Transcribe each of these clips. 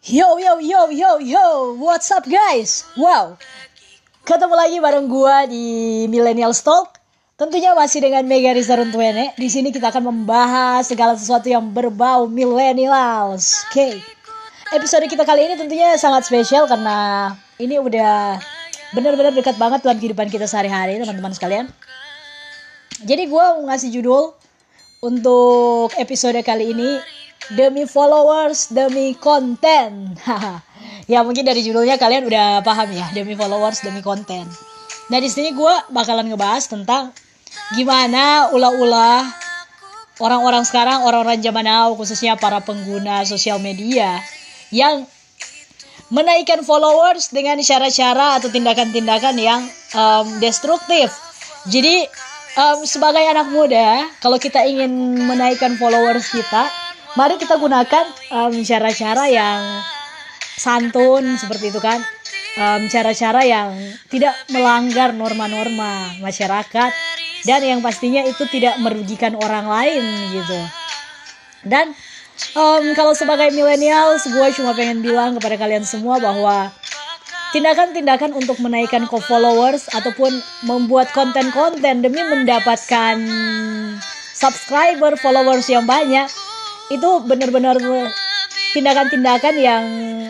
Yo yo yo yo yo, what's up guys? Wow, ketemu lagi bareng gua di Millennial Talk. Tentunya masih dengan Mega Riza Runtuene. Di sini kita akan membahas segala sesuatu yang berbau millennials. Oke. Episode kita kali ini tentunya sangat spesial karena ini udah benar-benar dekat banget dalam kehidupan kita sehari-hari, teman-teman sekalian. Jadi gua mau ngasih judul untuk episode kali ini, demi followers, demi konten. Ya mungkin dari judulnya kalian udah paham ya, demi followers, demi konten. Nah di sini gue bakalan ngebahas tentang gimana ulah-ulah orang-orang sekarang, orang-orang zaman now, khususnya para pengguna sosial media yang menaikkan followers dengan cara-cara atau tindakan-tindakan yang destruktif. Jadi sebagai anak muda, kalau kita ingin menaikkan followers kita, mari kita gunakan cara-cara yang santun seperti itu kan, cara-cara yang tidak melanggar norma-norma masyarakat dan yang pastinya itu tidak merugikan orang lain gitu. Dan kalau sebagai millennials, gue cuma pengen bilang kepada kalian semua bahwa tindakan-tindakan untuk menaikkan followers ataupun membuat konten-konten demi mendapatkan subscriber, followers yang banyak, itu benar-benar tindakan-tindakan yang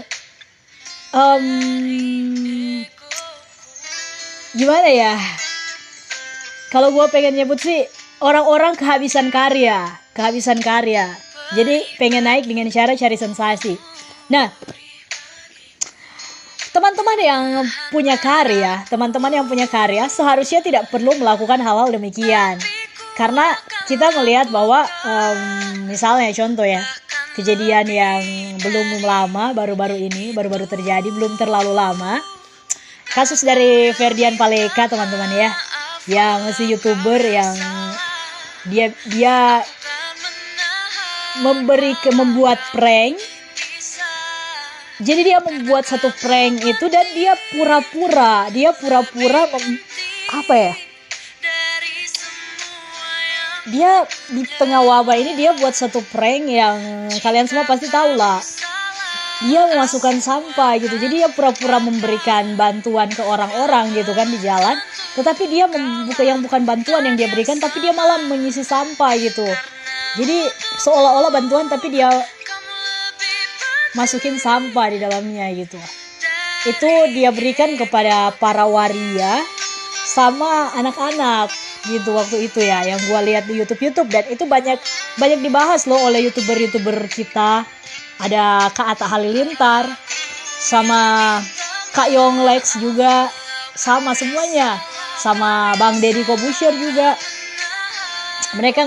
gimana ya, kalau gue pengen nyebut sih orang-orang kehabisan karya. Jadi pengen naik dengan cara cari sensasi. Nah, teman-teman yang punya karya seharusnya tidak perlu melakukan hal-hal demikian. Karena kita melihat bahwa misalnya contoh ya, kejadian yang belum lama, baru-baru terjadi, belum terlalu lama, kasus dari Ferdian Paleka teman-teman ya, yang si YouTuber yang dia membuat prank. Jadi dia membuat satu prank itu dan dia pura-pura apa ya? Dia di tengah wabah ini dia buat satu prank yang kalian semua pasti tahu lah. Dia memasukkan sampah gitu. Jadi dia pura-pura memberikan bantuan ke orang-orang gitu kan di jalan. Tetapi dia yang bukan bantuan yang dia berikan, tapi dia malah mengisi sampah gitu. Jadi seolah-olah bantuan tapi dia masukin sampah di dalamnya gitu. Itu dia berikan kepada para waria sama anak-anak gitu waktu itu ya, yang gue lihat di YouTube dan itu banyak dibahas loh oleh youtuber kita. Ada Kak Atta Halilintar sama Kak Yonglex juga, sama semuanya, sama Bang Deddy Kobusher juga. Mereka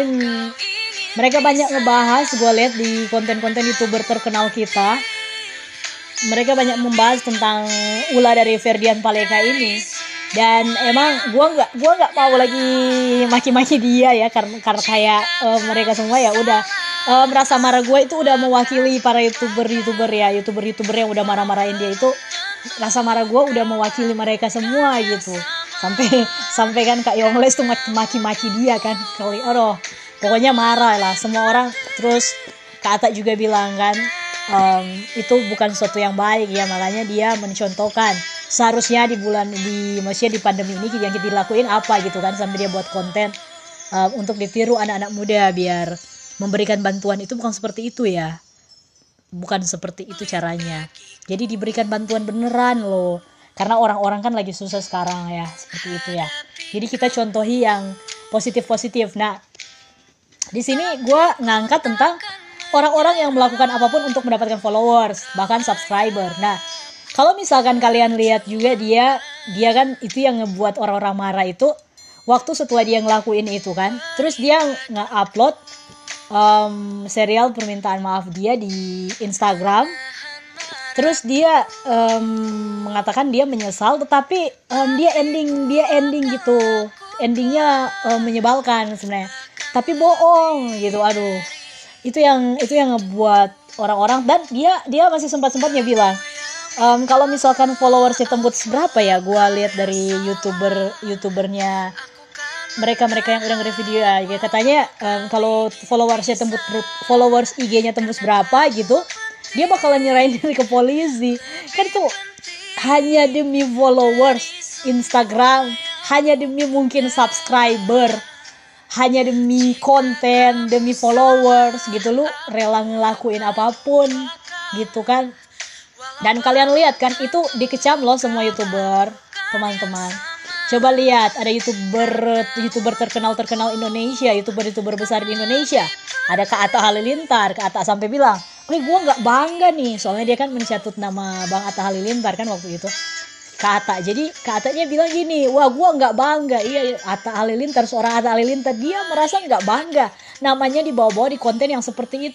banyak ngebahas, gue lihat di konten-konten youtuber terkenal kita. Mereka banyak membahas tentang ulah dari Ferdian Paleka ini. Dan emang gue nggak mau lagi maki-maki dia ya, karena kayak mereka semua ya udah merasa marah gue itu udah mewakili para youtuber yang udah marah-marahin dia itu. Rasa marah gue udah mewakili mereka semua gitu. Sampai kan Kak Yongles tuh maki-maki dia kan, aduh pokoknya marah lah semua orang. Terus Kak Atta juga bilang kan, itu bukan sesuatu yang baik ya, makanya dia mencontohkan seharusnya maksudnya di pandemi ini yang kita lakuin apa gitu kan, sampai dia buat konten untuk ditiru anak-anak muda biar memberikan bantuan. Itu bukan seperti itu ya, bukan seperti itu caranya. Jadi diberikan bantuan beneran loh, karena orang-orang kan lagi susah sekarang ya, seperti itu ya. Jadi kita contohi yang positif. Nah di sini gue ngangkat tentang orang-orang yang melakukan apapun untuk mendapatkan followers, bahkan subscriber. Nah, kalau misalkan kalian lihat juga dia kan itu yang ngebuat orang-orang marah itu waktu setelah dia ngelakuin itu kan. Terus dia nge-upload serial permintaan maaf dia di Instagram. Terus dia mengatakan dia menyesal, tetapi dia ending gitu. Endingnya menyebalkan sebenarnya. Tapi bohong gitu. Aduh. Itu yang ngebuat orang-orang, dan dia masih sempat-sempatnya bilang kalau misalkan followersnya tembus berapa ya, gue lihat dari youtubernya mereka yang udah nge-review dia ya, katanya kalau followers IG-nya tembus berapa gitu, dia bakalan nyerahin diri ke polisi. Kan itu hanya demi followers Instagram, hanya demi mungkin subscriber, hanya demi konten, demi followers gitu, lu rela ngelakuin apapun gitu kan. Dan kalian lihat kan, itu dikecam loh semua YouTuber, teman-teman. Coba lihat, ada YouTuber terkenal Indonesia, YouTuber besar di Indonesia. Ada Kak Atta Halilintar. Kak Atta sampai bilang, gue gak bangga nih, soalnya dia kan mencatut nama Bang Atta Halilintar kan waktu itu, Kak Atta. Jadi Kak Attanya bilang gini, wah gue gak bangga. Iya, Atta Halilintar, seorang Atta Halilintar, dia merasa gak bangga namanya dibawa-bawa di konten yang seperti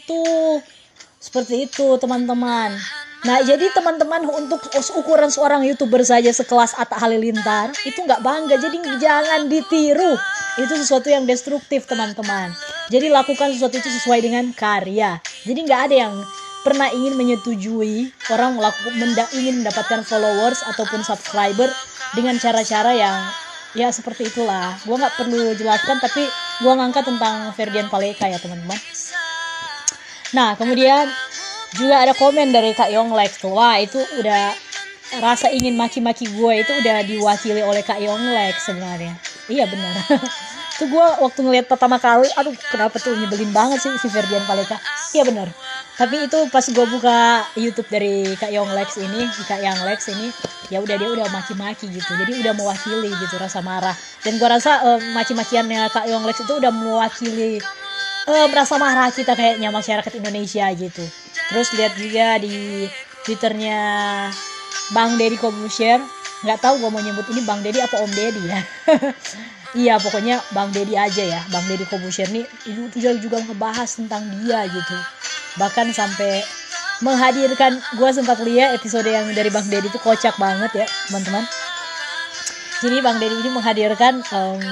itu teman-teman. Nah, jadi teman-teman, untuk ukuran seorang YouTuber saja sekelas Atta Halilintar itu nggak bangga, jadi jangan ditiru. Itu sesuatu yang destruktif, teman-teman. Jadi lakukan sesuatu itu sesuai dengan karya. Jadi nggak ada yang pernah ingin menyetujui orang ingin mendapatkan followers ataupun subscriber dengan cara-cara yang ya seperti itulah. Gue nggak perlu jelaskan, tapi gue ngangkat tentang Ferdian Paleka ya teman-teman. Nah, kemudian juga ada komen dari Kak Yonglek tuh. Wah, itu udah rasa ingin maki-maki gue itu udah diwakili oleh Kak Yonglek sebenarnya. Iya benar. Tuh gue waktu ngeliat pertama kali, aduh kenapa tuh nyebelin banget sih si Ferdian Paleka. Iya benar. Tapi itu pas gue buka YouTube dari Kak Yonglek ini, ya udah dia udah maki-maki gitu. Jadi udah mewakili gitu rasa marah. Dan gue rasa maki-makiannya Kak Yonglek itu udah mewakili rasa marah kita kayaknya masyarakat Indonesia gitu. Terus lihat juga di Twitternya Bang Deddy Corbuzier, nggak tahu gue mau nyebut ini Bang Deddy apa Om Deddy ya. Iya pokoknya Bang Deddy aja ya. Bang Deddy Corbuzier nih itu juga ngebahas tentang dia gitu. Bahkan sampai menghadirkan, gue sempat lihat episode yang dari Bang Deddy itu kocak banget ya teman-teman. Jadi Bang Deddy ini menghadirkan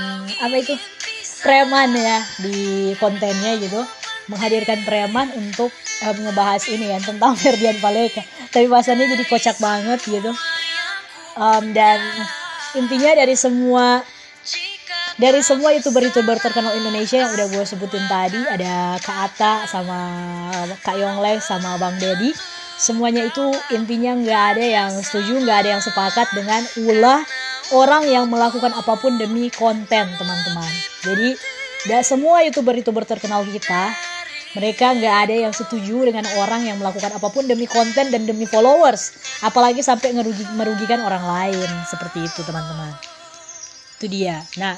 preman ya di kontennya gitu, menghadirkan preman untuk ngebahas ini ya tentang Ferdian Paleka. Tapi bahasannya jadi kocak banget gitu. Dan intinya dari semua YouTuber terkenal Indonesia yang udah gue sebutin tadi, ada Kak Atta sama Kak Yonglek sama Bang Deddy, semuanya itu intinya nggak ada yang setuju, nggak ada yang sepakat dengan ulah orang yang melakukan apapun demi konten, teman-teman. Jadi semua YouTuber terkenal kita, mereka nggak ada yang setuju dengan orang yang melakukan apapun demi konten dan demi followers, apalagi sampai merugikan orang lain seperti itu, teman-teman. Itu dia. Nah,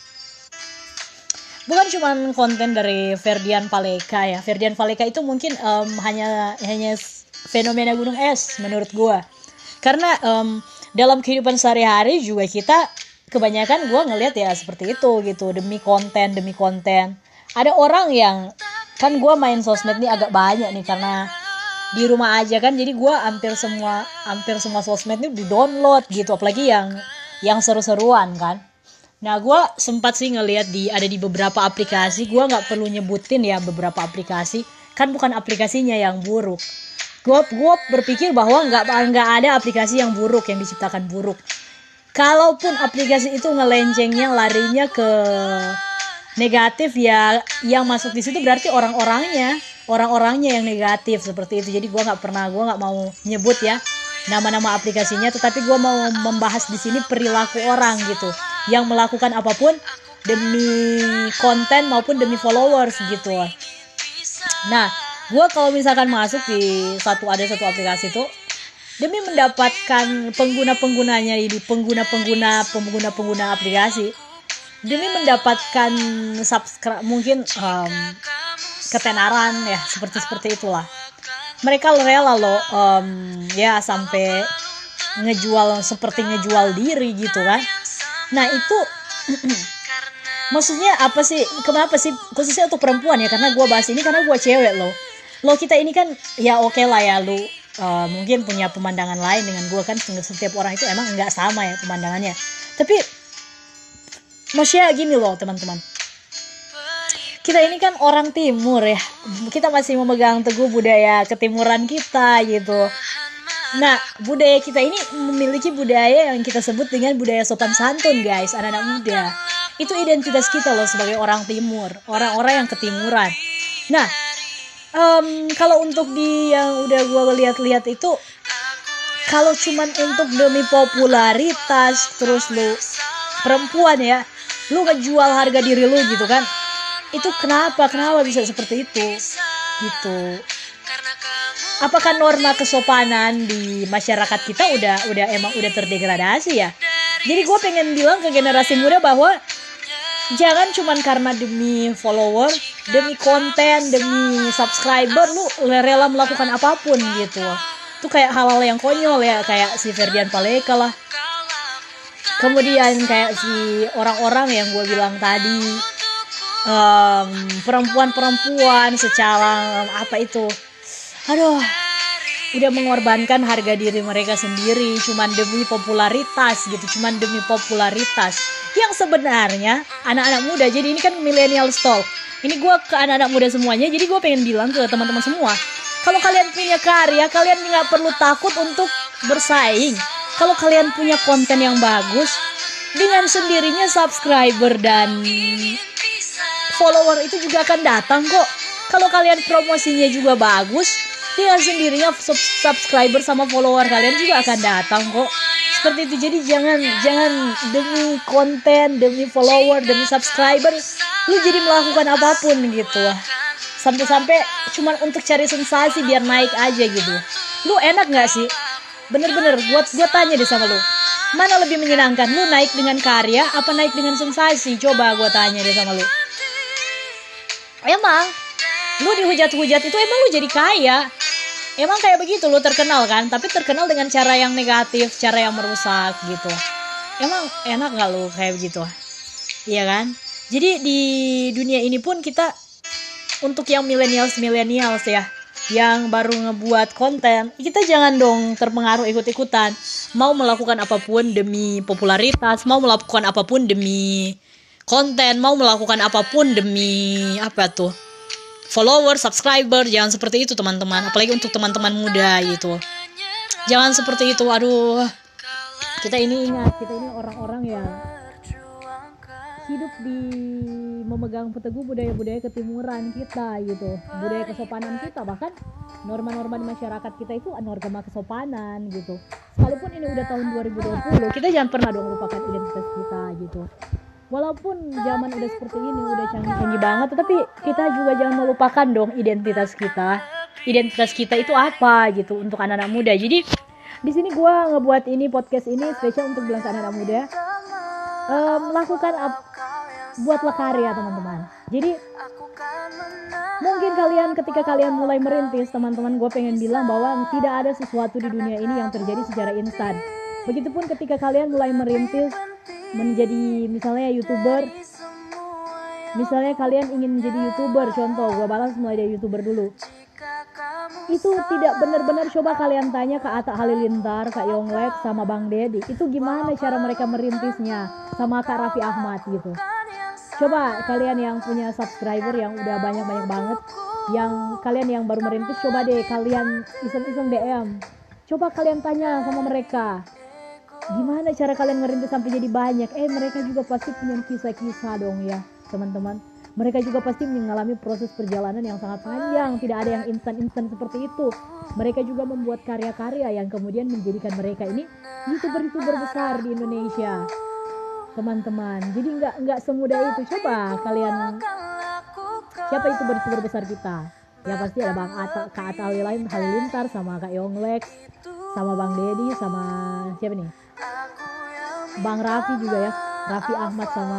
bukan cuma konten dari Ferdian Paleka ya. Ferdian Paleka itu mungkin hanya fenomena gunung es menurut gue. Karena dalam kehidupan sehari-hari juga kita kebanyakan gue ngelihat ya seperti itu gitu, demi konten. Ada orang yang, kan gue main sosmed nih agak banyak nih karena di rumah aja kan, jadi gue hampir semua sosmed nih di-download gitu, apalagi yang seru-seruan kan. Nah, gue sempat sih ngelihat ada di beberapa aplikasi, gue nggak perlu nyebutin ya beberapa aplikasi, kan bukan aplikasinya yang buruk. Gue berpikir bahwa nggak ada aplikasi yang buruk, yang diciptakan buruk. Kalaupun aplikasi itu ngelencengnya, larinya ke negatif ya, yang masuk di situ berarti orang-orangnya yang negatif seperti itu. Jadi gue nggak mau nyebut ya nama-nama aplikasinya, tetapi gue mau membahas di sini perilaku orang gitu, yang melakukan apapun demi konten maupun demi followers gitu. Nah, gue kalau misalkan masuk di satu aplikasi tuh demi mendapatkan pengguna-penggunanya ini, pengguna aplikasi, demi mendapatkan subscribe, mungkin ketenaran ya, seperti itulah. Mereka rela loh ya sampai ngejual diri gitu kan. Nah itu maksudnya apa sih, kenapa sih khususnya untuk perempuan ya, karena gue bahas ini karena gue cewek loh. Kita ini kan ya oke lah ya, lu mungkin punya pemandangan lain dengan gue kan, setiap orang itu emang nggak sama ya pemandangannya. Tapi maksudnya gini loh teman-teman, kita ini kan orang timur ya, kita masih memegang teguh budaya ketimuran kita gitu. Nah, budaya kita ini memiliki budaya yang kita sebut dengan budaya sopan santun guys, anak-anak muda. Itu identitas kita loh sebagai orang timur, orang-orang yang ketimuran. Nah, Kalau untuk di yang udah gue lihat-lihat itu, kalau cuman untuk demi popularitas, terus lu perempuan ya, lu ngejual harga diri lu gitu kan, itu kenapa bisa seperti itu gitu. Apakah norma kesopanan di masyarakat kita udah terdegradasi ya? Jadi gue pengen bilang ke generasi muda bahwa jangan cuman karena demi follower, demi konten, demi subscriber lu rela melakukan apapun gitu. Itu kayak hal-hal yang konyol ya, kayak si Ferdian Paleka lah. Kemudian kayak si orang-orang yang gue bilang tadi, perempuan-perempuan secara apa itu, aduh, udah mengorbankan harga diri mereka sendiri cuman demi popularitas gitu, cuman demi popularitas. Yang sebenarnya anak-anak muda, jadi ini kan millennial talk, ini gue ke anak-anak muda semuanya, jadi gue pengen bilang ke teman-teman semua, kalau kalian punya karya, kalian nggak perlu takut untuk bersaing. Kalau kalian punya konten yang bagus, dengan sendirinya subscriber dan follower itu juga akan datang kok. Kalau kalian promosinya juga bagus, dengan sendirinya subscriber sama follower kalian juga akan datang kok. Seperti itu. Jadi jangan demi konten, demi follower, demi subscriber lu jadi melakukan apapun gitu. Sampai-sampai cuman untuk cari sensasi biar naik aja gitu. Lu enak gak sih? Bener-bener gua tanya deh sama lu, mana lebih menyenangkan, lu naik dengan karya apa naik dengan sensasi? Coba gua tanya deh sama lu. Emang lu dihujat-hujat itu emang lu jadi kaya? Emang kayak begitu lu terkenal kan? Tapi terkenal dengan cara yang negatif, cara yang merusak gitu. Emang enak gak lu kayak begitu? Iya kan? Jadi di dunia ini pun kita, untuk yang millennials ya, yang baru ngebuat konten, kita jangan dong terpengaruh ikut-ikutan. Mau melakukan apapun demi popularitas, mau melakukan apapun demi konten, mau melakukan apapun demi apa tuh, follower, subscriber. Jangan seperti itu teman-teman, apalagi untuk teman-teman muda gitu. Jangan seperti itu. Aduh, kita ini ingat, kita ini orang-orang yang hidup di memegang teguh budaya-budaya ketimuran kita gitu, budaya kesopanan kita, bahkan norma-norma di masyarakat kita itu norma kesopanan gitu. Sekalipun ini udah tahun 2020, kita jangan pernah dong lupakan identitas kita gitu. Walaupun zaman udah seperti ini, udah canggih-canggih banget, tetapi kita juga jangan melupakan dong identitas kita. Identitas kita itu apa gitu untuk anak-anak muda. Jadi di sini gue ngebuat ini podcast ini spesial untuk bilang ke anak-anak muda, buatlah karya teman-teman. Jadi mungkin kalian ketika kalian mulai merintis, teman-teman, gue pengen bilang bahwa tidak ada sesuatu di dunia ini yang terjadi secara instan. Begitupun ketika kalian mulai merintis menjadi misalnya YouTuber, misalnya kalian ingin menjadi YouTuber, contoh gue balas mulai dari YouTuber dulu, itu tidak benar-benar. Coba kalian tanya ke Atta Halilintar, Kak Yonglek, sama Bang Deddy, itu gimana cara mereka merintisnya, sama Kak Raffi Ahmad gitu. Coba kalian yang punya subscriber yang udah banyak-banyak banget, yang kalian yang baru merintis, coba deh kalian iseng-iseng DM, coba kalian tanya sama mereka, gimana cara kalian ngerintis sampai jadi banyak. Mereka juga pasti punya kisah-kisah dong ya teman-teman. Mereka juga pasti mengalami proses perjalanan yang sangat panjang, tidak ada yang instan-instan seperti itu. Mereka juga membuat karya-karya yang kemudian menjadikan mereka ini YouTuber-YouTuber besar di Indonesia, teman-teman. Jadi nggak semudah itu. Coba kalian, siapa YouTuber besar kita? Ya pasti ada Bang Atta, Kak Atta Halilintar, sama Kak Yonglek, sama Bang Deddy, sama siapa nih? Bang Raffi juga ya, Raffi Ahmad, sama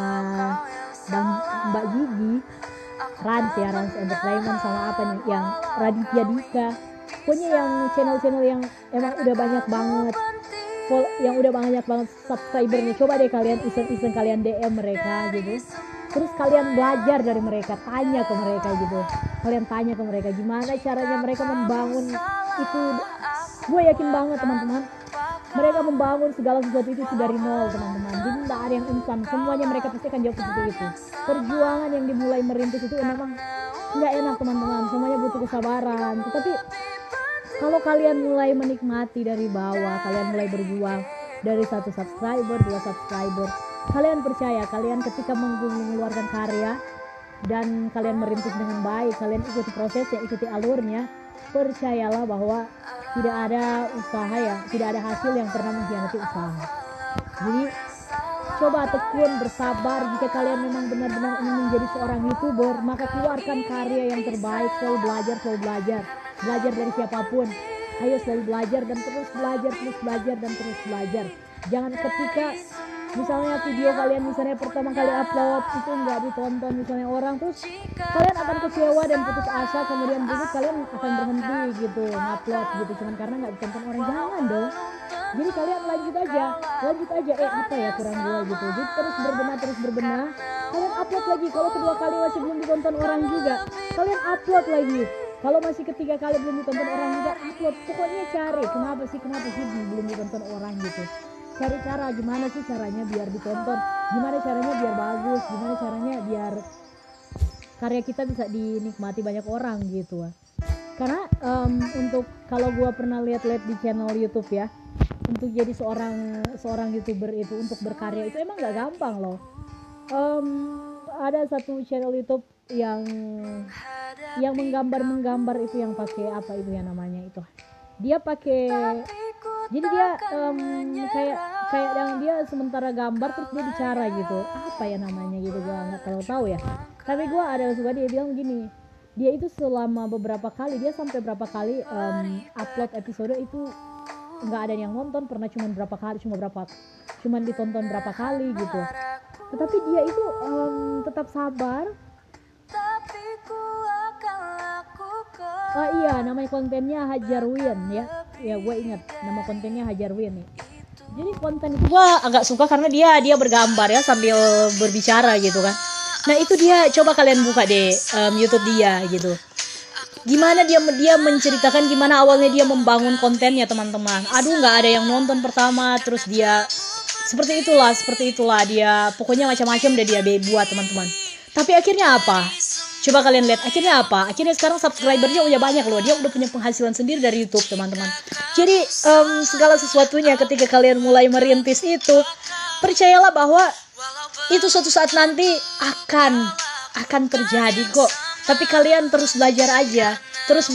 Mbak Gigi, Rans Entertainment, sama apa nih, yang Raditya Dika. Pokoknya yang channel-channel yang emang udah banyak banget, yang udah banyak banget subscribernya. Coba deh kalian iseng-iseng kalian DM mereka gitu. Terus kalian belajar dari mereka, tanya ke mereka gitu. Kalian tanya ke mereka gimana caranya mereka membangun itu. Gue yakin banget teman-teman, mereka membangun segala sesuatu itu dari nol teman-teman. Jadi tidak ada yang instan, semuanya mereka pasti akan jawab seperti itu. Perjuangan yang dimulai merintis itu memang nggak enak teman-teman, semuanya butuh kesabaran. Tetapi kalau kalian mulai menikmati dari bawah, kalian mulai berjuang dari 1 subscriber, 2 subscriber, kalian percaya, kalian ketika mengeluarkan karya, dan kalian merintis dengan baik, kalian ikuti prosesnya, ikuti alurnya, percayalah bahwa tidak ada usaha ya, tidak ada hasil yang pernah mengkhianati usaha. Jadi coba tekun, bersabar. Jika kalian memang benar-benar ingin menjadi seorang YouTuber, maka keluarkan karya yang terbaik. Selalu belajar dari siapapun. Ayo selalu belajar dan terus belajar. Jangan ketika misalnya video kalian misalnya pertama kali upload itu nggak ditonton misalnya orang, terus kalian akan kecewa dan putus asa, kemudian berikut kalian akan berhenti gitu ngupload gitu cuman karena nggak ditonton orang. Jangan dong. Jadi kalian lanjut aja apa ya kurang gua gitu. Jadi terus berbenah. Kalian upload lagi. Kalau kedua kali masih belum ditonton orang juga, kalian upload lagi. Kalau masih ketiga kali belum ditonton orang juga, upload. Pokoknya cari kenapa sih belum ditonton orang gitu. Cari cara gimana sih caranya biar ditonton, gimana caranya biar bagus, gimana caranya biar karya kita bisa dinikmati banyak orang gitu. Karena untuk kalau gua pernah lihat di channel YouTube ya, untuk jadi seorang YouTuber itu untuk berkarya itu emang nggak gampang loh. Ada satu channel YouTube yang menggambar itu, yang pakai apa itu ya namanya itu. Dia pakai, jadi dia kayak yang dia sementara gambar terus dia bicara gitu. Apa ya namanya gitu, gua nggak terlalu tahu ya. Tapi gua ada suka dia bilang gini. Dia itu selama beberapa kali, dia sampai berapa kali upload episode itu nggak ada yang nonton, pernah cuman ditonton berapa kali gitu. Tetapi dia itu tetap sabar. Oh iya, nama kontennya Hajarwin ya gue ingat nama kontennya Hajarwin ya. Jadi konten itu gue agak suka karena dia bergambar ya sambil berbicara gitu kan. Nah itu dia, coba kalian buka deh YouTube dia gitu. Gimana dia menceritakan gimana awalnya dia membangun kontennya teman-teman. Aduh nggak ada yang nonton pertama, terus dia seperti itulah dia, pokoknya macam-macam deh dia buat teman-teman. Tapi akhirnya apa? Coba kalian lihat akhirnya apa? Akhirnya sekarang subscribernya udah banyak loh. Dia udah punya penghasilan sendiri dari YouTube teman-teman. Jadi segala sesuatunya ketika kalian mulai merintis itu, percayalah bahwa itu suatu saat nanti akan terjadi kok. Tapi kalian terus belajar aja, terus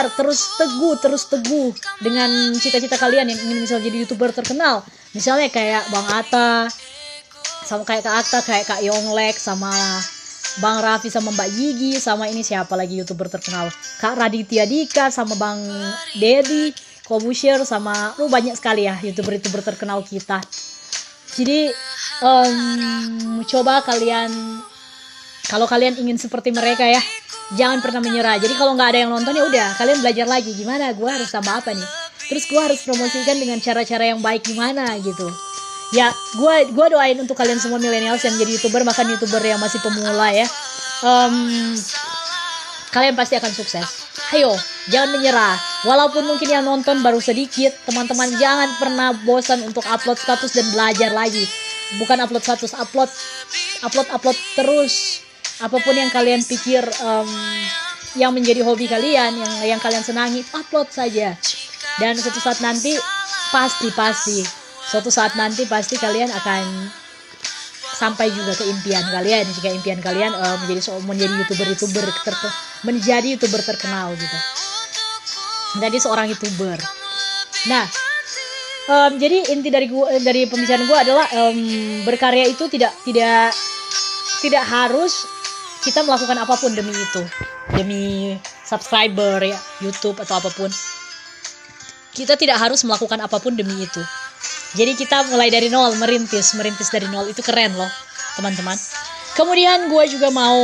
teguh dengan cita-cita kalian yang ingin misalnya jadi YouTuber terkenal. Misalnya kayak Bang Atta, sama kayak Kak Atta, kayak Kak Yonglek, sama Bang Raffi, sama Mbak Gigi, sama ini siapa lagi YouTuber terkenal, Kak Raditya Dika, sama Bang Dedi Kobusher, sama banyak sekali ya YouTuber terkenal kita. Jadi coba kalian, kalau kalian ingin seperti mereka ya, jangan pernah menyerah. Jadi kalau nggak ada yang nonton ya udah, kalian belajar lagi gimana gue harus sama apa nih, terus gue harus promosikan dengan cara-cara yang baik gimana gitu ya. Gue doain untuk kalian semua millennials yang jadi YouTuber, bahkan YouTuber yang masih pemula ya, kalian pasti akan sukses. Ayo jangan menyerah, walaupun mungkin yang nonton baru sedikit. Teman-teman jangan pernah bosan untuk upload status dan belajar lagi. Bukan upload status, upload terus. Apapun yang kalian pikir yang menjadi hobi kalian, yang kalian senangi, upload saja. Dan suatu saat nanti pasti kalian akan sampai juga ke impian kalian. Jika impian kalian menjadi YouTuber terkenal gitu. Menjadi seorang YouTuber. Nah, jadi inti dari pembicaraan gue adalah berkarya itu tidak harus kita melakukan apapun demi subscriber ya, YouTube atau apapun. Kita tidak harus melakukan apapun demi itu. Jadi kita mulai dari nol, merintis dari nol, itu keren loh teman-teman. Kemudian gue juga mau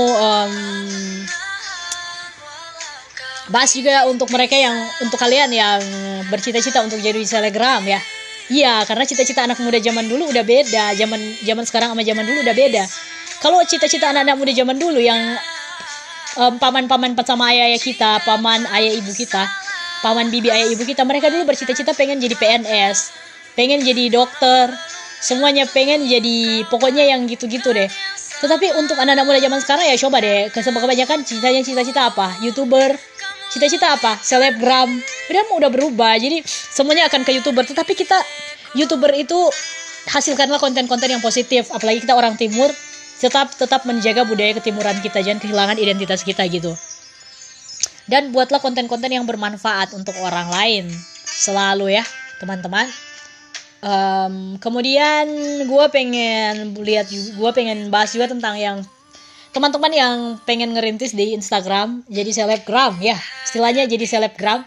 bahas juga untuk kalian yang bercita-cita untuk jadi selebgram ya. Iya, karena cita-cita anak muda zaman dulu udah beda, zaman sekarang sama zaman dulu udah beda. Kalau cita-cita anak-anak muda zaman dulu yang paman-paman sama ayah kita, paman ayah ibu kita, paman bibi ayah ibu kita, mereka dulu bercita-cita pengen jadi PNS, pengen jadi dokter, semuanya pengen jadi, pokoknya yang gitu-gitu deh. Tetapi untuk anak-anak muda zaman sekarang ya coba deh, kebanyakan cita-cita apa? YouTuber, cita-cita apa? Selebgram. Udah berubah, jadi semuanya akan ke YouTuber. Tetapi kita YouTuber itu hasilkanlah konten-konten yang positif, apalagi kita orang timur. tetap menjaga budaya ketimuran kita, jangan kehilangan identitas kita gitu. Dan buatlah konten-konten yang bermanfaat untuk orang lain selalu ya teman-teman. Kemudian gue pengen bahas juga tentang yang teman-teman yang pengen ngerintis di Instagram, jadi selebgram ya, istilahnya jadi selebgram.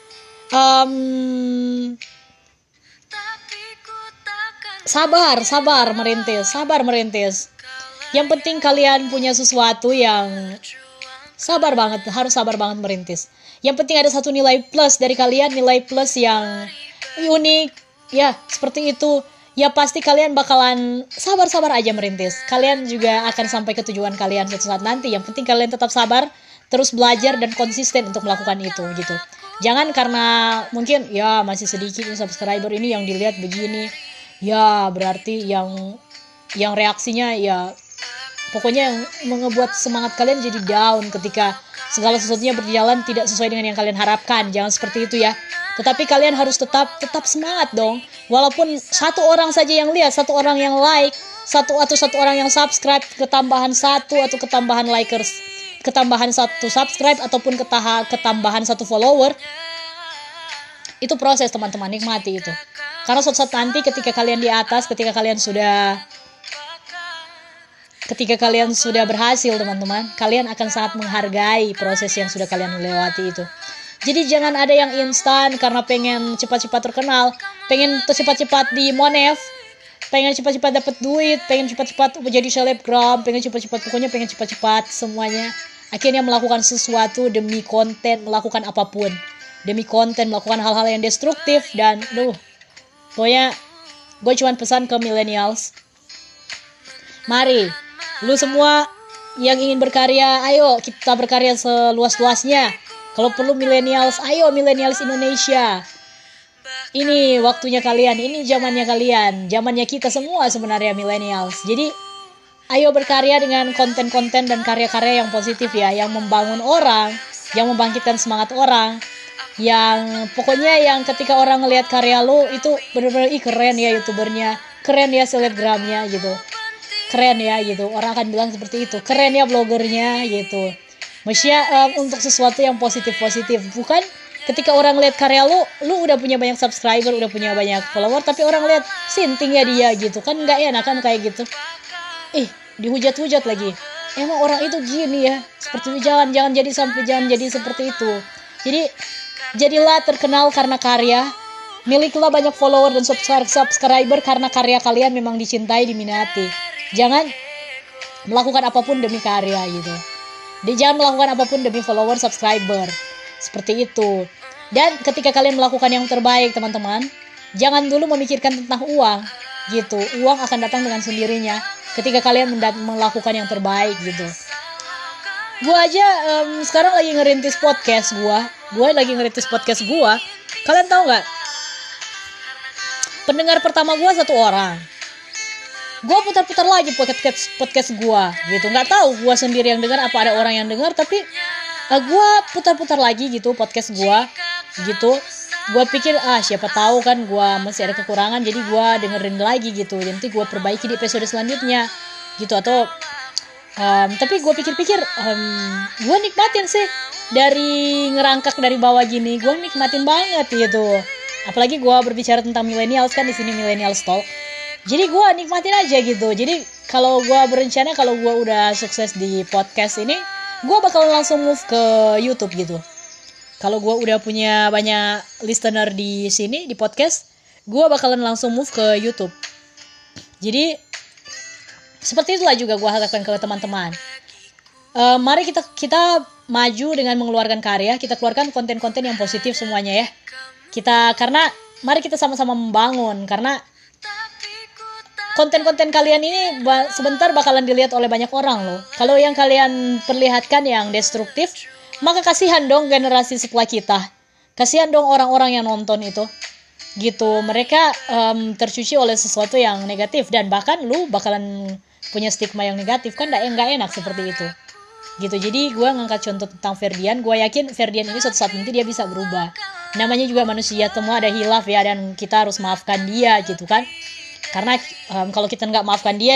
Sabar merintis. Yang penting kalian punya sesuatu yang harus sabar banget merintis. Yang penting ada satu nilai plus dari kalian, nilai plus yang unik ya, seperti itu. Ya pasti kalian bakalan sabar aja merintis. Kalian juga akan sampai ke tujuan kalian suatu saat nanti. Yang penting kalian tetap sabar, terus belajar dan konsisten untuk melakukan itu gitu. Jangan karena mungkin ya masih sedikit subscriber ini yang dilihat begini, ya berarti yang reaksinya ya pokoknya yang ngebuat semangat kalian jadi down ketika segala sesuatunya berjalan tidak sesuai dengan yang kalian harapkan. Jangan seperti itu ya. Tetapi kalian harus tetap semangat dong. Walaupun satu orang saja yang lihat, satu orang yang like, satu orang yang subscribe, ketambahan satu atau ketambahan likers, ketambahan satu subscribe ataupun ketambahan satu follower, itu proses teman-teman, nikmati itu. Karena suatu saat nanti ketika kalian di atas, ketika kalian sudah berhasil teman-teman, kalian akan sangat menghargai proses yang sudah kalian lewati itu. Jadi jangan ada yang instan karena pengen cepat-cepat terkenal, pengen cepat-cepat di Monev, pengen cepat-cepat dapat duit, pengen cepat-cepat menjadi selebgram, pengen cepat-cepat semuanya. Akhirnya melakukan sesuatu demi konten, melakukan apapun demi konten, melakukan hal-hal yang destruktif. Dan pokoknya gue cuma pesan ke millennials, mari lu semua yang ingin berkarya, ayo kita berkarya seluas-luasnya. Kalau perlu millennials, ayo millennials Indonesia. Ini waktunya kalian, ini zamannya kalian, zamannya kita semua sebenarnya millennials. Jadi ayo berkarya dengan konten-konten dan karya-karya yang positif ya, yang membangun orang, yang membangkitkan semangat orang, yang pokoknya yang ketika orang ngelihat karya lo itu benar-benar keren ya youtubernya, keren ya selebgramnya gitu, keren ya gitu, orang akan bilang seperti itu, keren ya blogernya gitu. Maksudnya untuk sesuatu yang positif, bukan ketika orang lihat karya lu udah punya banyak subscriber, udah punya banyak follower, tapi orang lihat sinting ya dia gitu kan, nggak enak kan kayak gitu. Dihujat-hujat lagi, emang orang itu gini ya, seperti itu. Jangan jadi seperti itu. Jadi jadilah terkenal karena karya, milikilah banyak follower dan subscriber karena karya kalian memang dicintai, diminati. Jangan melakukan apapun demi karya gitu. Jangan melakukan apapun demi follower, subscriber. Seperti itu. Dan ketika kalian melakukan yang terbaik teman-teman, jangan dulu memikirkan tentang uang gitu. Uang akan datang dengan sendirinya ketika kalian melakukan yang terbaik gitu. Gue aja sekarang lagi ngerintis podcast gue. Kalian tahu nggak? Pendengar pertama gue 1 orang. Gue putar-putar lagi podcast gue gitu. Nggak tahu gue sendiri yang dengar apa ada orang yang dengar, tapi gue putar-putar lagi gitu podcast gue gitu. Gue pikir siapa tahu kan gue masih ada kekurangan, jadi gue dengerin lagi gitu. Nanti gue perbaiki di episode selanjutnya gitu. Atau tapi gue pikir-pikir gue nikmatin sih dari ngerangkak dari bawah gini, gue nikmatin banget gitu. Apalagi gue berbicara tentang millennials kan, di sini millennials talk. Jadi gue nikmatin aja gitu. Jadi kalau gue berencana, kalau gue udah sukses di podcast ini, gue bakal langsung move ke YouTube gitu. Kalau gue udah punya banyak listener di sini di podcast, gue bakalan langsung move ke YouTube. Jadi seperti itulah juga gue harapkan ke teman-teman. Mari kita maju dengan mengeluarkan karya, kita keluarkan konten-konten yang positif semuanya ya. Karena mari kita sama-sama membangun, karena konten-konten kalian ini sebentar bakalan dilihat oleh banyak orang loh. Kalau yang kalian perlihatkan yang destruktif, maka kasihan dong generasi setelah kita. Kasihan dong orang-orang yang nonton itu. Gitu, mereka tercuci oleh sesuatu yang negatif, dan bahkan lu bakalan punya stigma yang negatif kan, nggak enak seperti itu. Gitu. Jadi gue ngangkat contoh tentang Ferdian. Gue yakin Ferdian ini suatu saat nanti dia bisa berubah. Namanya juga manusia, semua ada hilaf ya, dan kita harus maafkan dia gitu kan. Karena kalau kita nggak maafkan dia,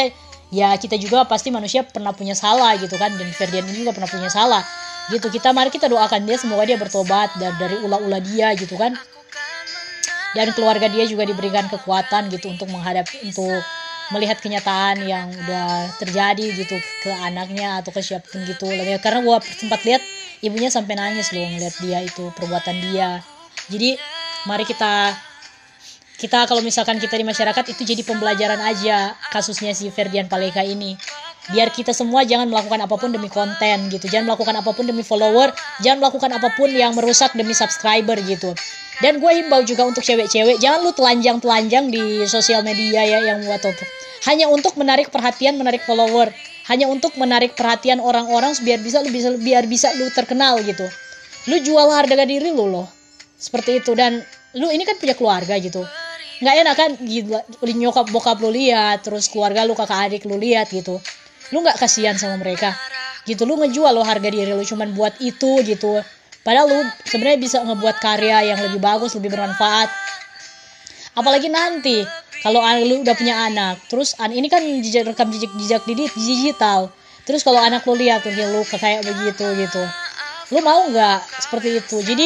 ya kita juga pasti manusia pernah punya salah gitu kan, dan Ferdian ini juga pernah punya salah gitu. Mari kita doakan dia, semoga dia bertobat dari ulah-ulah dia gitu kan, dan keluarga dia juga diberikan kekuatan gitu untuk melihat kenyataan yang udah terjadi gitu ke anaknya atau ke siapapun gitu. Karena gue sempat lihat ibunya sampai nangis loh ngeliat dia itu, perbuatan dia. Jadi mari kita kalau misalkan kita di masyarakat itu jadi pembelajaran aja kasusnya si Ferdian Paleka ini. Biar kita semua jangan melakukan apapun demi konten gitu. Jangan melakukan apapun demi follower. Jangan melakukan apapun yang merusak demi subscriber gitu. Dan gue himbau juga untuk cewek-cewek, jangan lu telanjang-telanjang di sosial media ya, yang buat apa. Hanya untuk menarik perhatian, menarik follower. Hanya untuk menarik perhatian orang-orang biar bisa lu terkenal gitu. Lu jual harga diri lu loh. Seperti itu. Dan lu ini kan punya keluarga gitu. Nggak enak kan gila, nyokap bokap lu lihat, terus keluarga lu, kakak adik lu lihat gitu. Lu nggak kasihan sama mereka gitu. Lu ngejual lo harga diri lu cuman buat itu gitu. Padahal lu sebenarnya bisa ngebuat karya yang lebih bagus, lebih bermanfaat. Apalagi nanti kalau lu udah punya anak, terus ini kan rekam jejak digital. Terus kalau anak lu lihat tuh lu kayak begitu gitu, lu mau nggak seperti itu? Jadi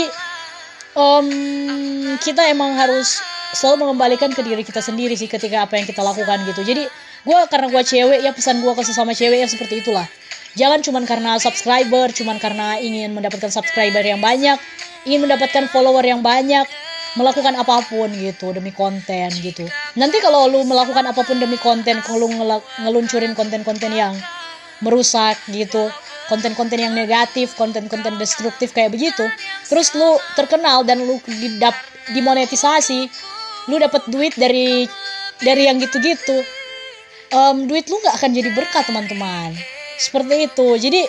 kita emang harus selalu mengembalikan ke diri kita sendiri sih ketika apa yang kita lakukan gitu. Jadi karena gue cewek ya, pesan gue ke sesama cewek ya seperti itulah. Jangan cuman karena subscriber, cuman karena ingin mendapatkan subscriber yang banyak, ingin mendapatkan follower yang banyak, melakukan apapun gitu demi konten gitu. Nanti kalau lu melakukan apapun demi konten, kalau lu ngeluncurin konten-konten yang merusak gitu, konten-konten yang negatif, konten-konten destruktif kayak begitu, terus lu terkenal dan lu dimonetisasi, lu dapat duit dari yang gitu-gitu, duit lu nggak akan jadi berkah teman-teman. Seperti itu. Jadi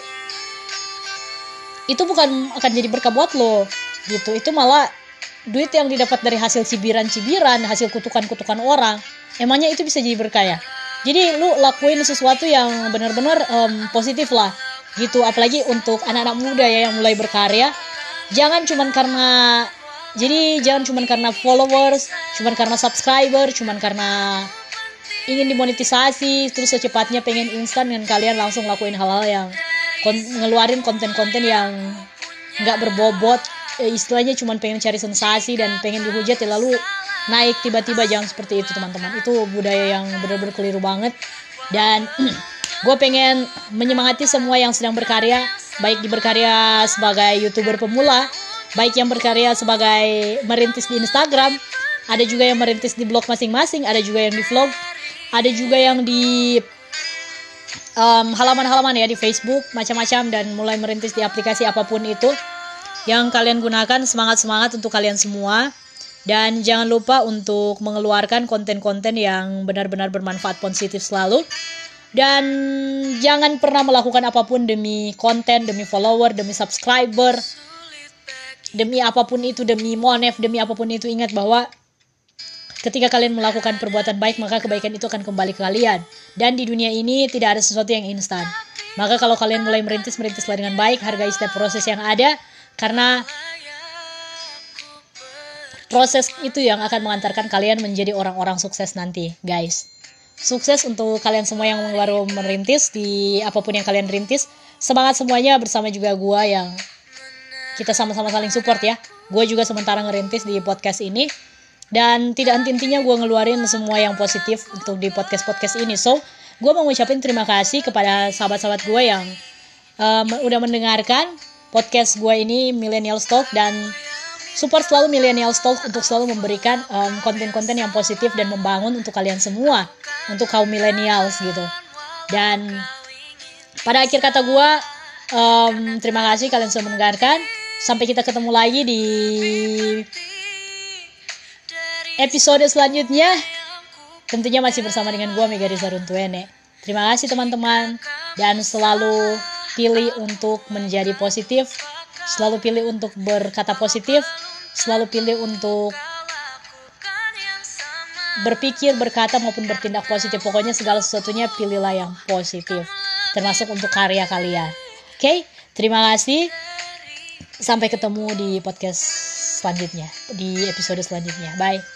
itu bukan akan jadi berkah buat lo gitu. Itu malah duit yang didapat dari hasil cibiran-cibiran, hasil kutukan-kutukan orang. Emangnya itu bisa jadi berkah ya? Jadi lu lakuin sesuatu yang benar-benar positif lah gitu. Apalagi untuk anak-anak muda ya yang mulai berkarya. Jangan cuman karena followers, cuman karena subscriber, cuman karena ingin dimonetisasi terus secepatnya pengen instan, dan kalian langsung lakuin hal-hal yang ngeluarin konten-konten yang nggak berbobot, istilahnya cuma pengen cari sensasi dan pengen dihujat ya lalu naik tiba-tiba. Jangan seperti itu teman-teman, itu budaya yang benar-benar keliru banget. Dan gue pengen menyemangati semua yang sedang berkarya, baik berkarya sebagai YouTuber pemula, baik yang berkarya sebagai merintis di Instagram, ada juga yang merintis di blog masing-masing, ada juga yang di vlog, ada juga yang di halaman-halaman ya di Facebook macam-macam, dan mulai merintis di aplikasi apapun itu yang kalian gunakan. Semangat untuk kalian semua, dan jangan lupa untuk mengeluarkan konten-konten yang benar-benar bermanfaat positif selalu, dan jangan pernah melakukan apapun demi konten, demi follower, demi subscriber, demi apapun itu, demi monef, demi apapun itu. Ingat bahwa ketika kalian melakukan perbuatan baik, maka kebaikan itu akan kembali ke kalian. Dan di dunia ini tidak ada sesuatu yang instan. Maka kalau kalian mulai merintislah dengan baik, hargai setiap proses yang ada, karena proses itu yang akan mengantarkan kalian menjadi orang-orang sukses nanti, guys. Sukses untuk kalian semua yang baru merintis di apapun yang kalian rintis. Semangat semuanya bersama juga gue yang kita sama-sama saling support ya. Gue juga sementara ngerintis di podcast ini. Dan tidak henti-hentinya gue ngeluarin semua yang positif untuk di podcast ini. So, gue mau ngucapin terima kasih kepada sahabat-sahabat gue yang udah mendengarkan podcast gue ini, Millennial Talk, dan support selalu Millennial Talk untuk selalu memberikan konten-konten yang positif dan membangun untuk kalian semua, untuk kaum millennials gitu. Dan pada akhir kata gue, terima kasih kalian sudah mendengarkan. Sampai kita ketemu lagi di episode selanjutnya, tentunya masih bersama dengan gue, Mega Risa Runtuene. Terima kasih teman-teman, dan selalu pilih untuk menjadi positif, selalu pilih untuk berkata positif, selalu pilih untuk berpikir, berkata maupun bertindak positif. Pokoknya segala sesuatunya pilihlah yang positif, termasuk untuk karya kalian. Oke, terima kasih. Sampai ketemu di podcast selanjutnya, di episode selanjutnya. Bye.